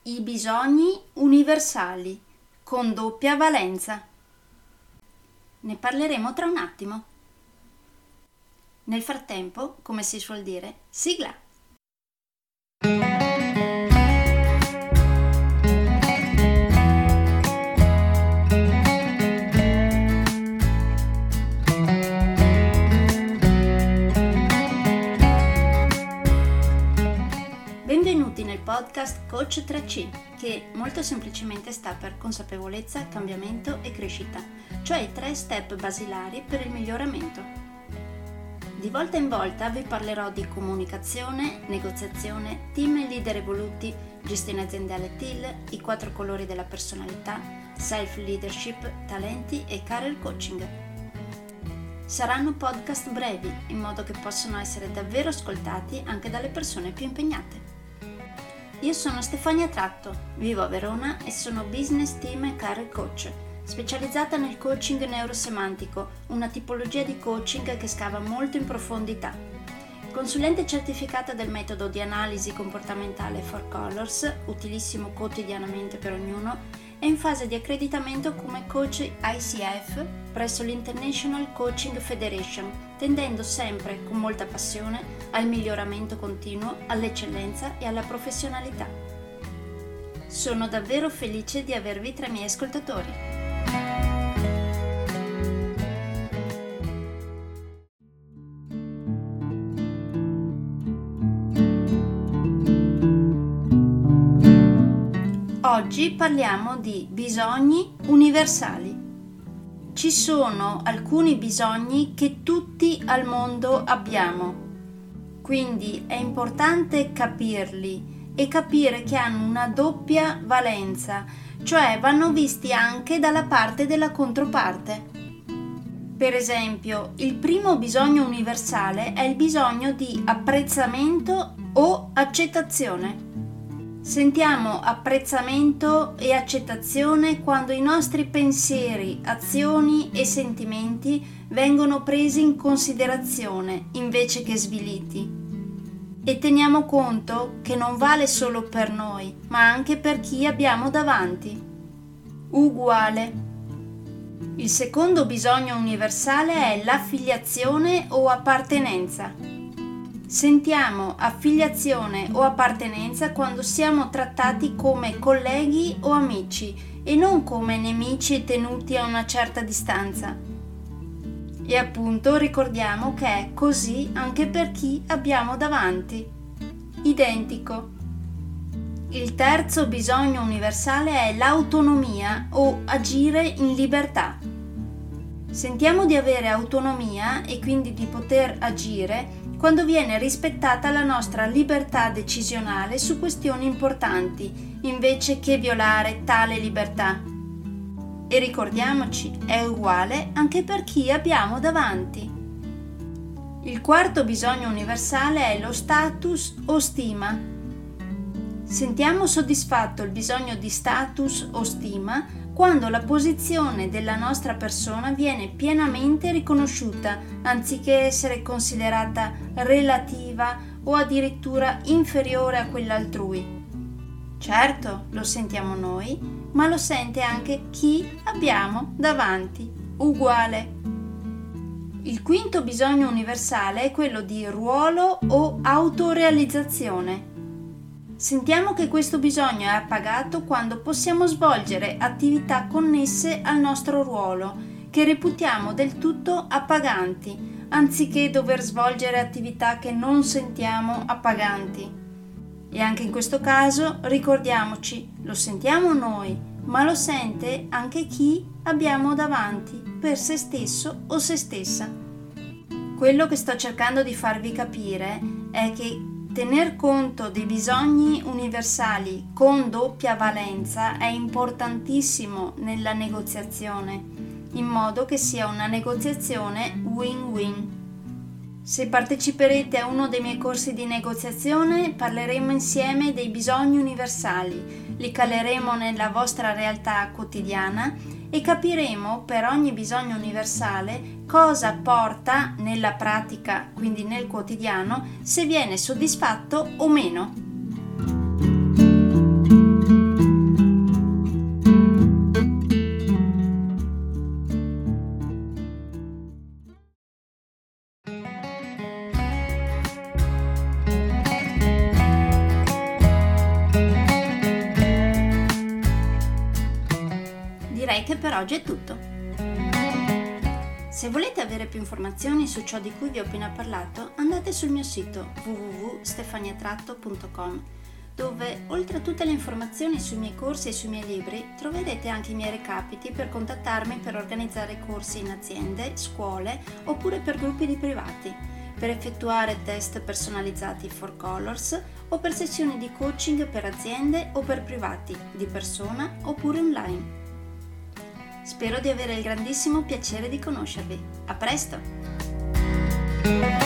I bisogni universali con doppia valenza. Ne parleremo tra un attimo. Nel frattempo, come si suol dire, sigla! Benvenuti nel podcast Coach 3C, che molto semplicemente sta per consapevolezza, cambiamento e crescita, cioè i 3 step basilari per il miglioramento. Di volta in volta vi parlerò di comunicazione, negoziazione, team e leader evoluti, gestione aziendale TIL, i 4 colori della personalità, self-leadership, talenti e career coaching. Saranno podcast brevi, in modo che possano essere davvero ascoltati anche dalle persone più impegnate. Io sono Stefania Tratto, vivo a Verona e sono business team e career coach, specializzata nel coaching neurosemantico, una tipologia di coaching che scava molto in profondità. Consulente certificata del metodo di analisi comportamentale 4 Colors, utilissimo quotidianamente per ognuno, è in fase di accreditamento come coach ICF presso l'International Coaching Federation, tendendo sempre con molta passione al miglioramento continuo, all'eccellenza e alla professionalità. Sono davvero felice di avervi tra i miei ascoltatori. Oggi parliamo di bisogni universali. Ci sono alcuni bisogni che tutti al mondo abbiamo, quindi è importante capirli e capire che hanno una doppia valenza, cioè vanno visti anche dalla parte della controparte. Per esempio, il primo bisogno universale è il bisogno di apprezzamento o accettazione. Sentiamo apprezzamento e accettazione quando i nostri pensieri, azioni e sentimenti vengono presi in considerazione invece che sviliti. E teniamo conto che non vale solo per noi, ma anche per chi abbiamo davanti. Uguale. Il secondo bisogno universale è l'affiliazione o appartenenza. Sentiamo affiliazione o appartenenza quando siamo trattati come colleghi o amici e non come nemici tenuti a una certa distanza. E appunto ricordiamo che è così anche per chi abbiamo davanti. Identico. Il terzo bisogno universale è l'autonomia o agire in libertà. Sentiamo di avere autonomia e quindi di poter agire quando viene rispettata la nostra libertà decisionale su questioni importanti, invece che violare tale libertà. E ricordiamoci, è uguale anche per chi abbiamo davanti. Il quarto bisogno universale è lo status o stima. Sentiamo soddisfatto il bisogno di status o stima quando la posizione della nostra persona viene pienamente riconosciuta, anziché essere considerata relativa o addirittura inferiore a quella altrui. Certo, lo sentiamo noi, ma lo sente anche chi abbiamo davanti, uguale. Il quinto bisogno universale è quello di ruolo o autorealizzazione. Sentiamo che questo bisogno è appagato quando possiamo svolgere attività connesse al nostro ruolo, che reputiamo del tutto appaganti, anziché dover svolgere attività che non sentiamo appaganti. E anche in questo caso ricordiamoci, lo sentiamo noi, ma lo sente anche chi abbiamo davanti, per se stesso o se stessa. Quello che sto cercando di farvi capire è che tener conto dei bisogni universali con doppia valenza è importantissimo nella negoziazione, in modo che sia una negoziazione win-win. Se parteciperete a uno dei miei corsi di negoziazione, parleremo insieme dei bisogni universali, li caleremo nella vostra realtà quotidiana e capiremo per ogni bisogno universale cosa porta nella pratica, quindi nel quotidiano, se viene soddisfatto o meno. che per oggi è tutto. Se volete avere più informazioni su ciò di cui vi ho appena parlato, andate sul mio sito www.stefaniatratto.com, dove oltre a tutte le informazioni sui miei corsi e sui miei libri troverete anche i miei recapiti per contattarmi per organizzare corsi in aziende, scuole oppure per gruppi di privati, per effettuare test personalizzati for Colors o per sessioni di coaching per aziende o per privati, di persona oppure online. Spero di avere il grandissimo piacere di conoscervi. A presto!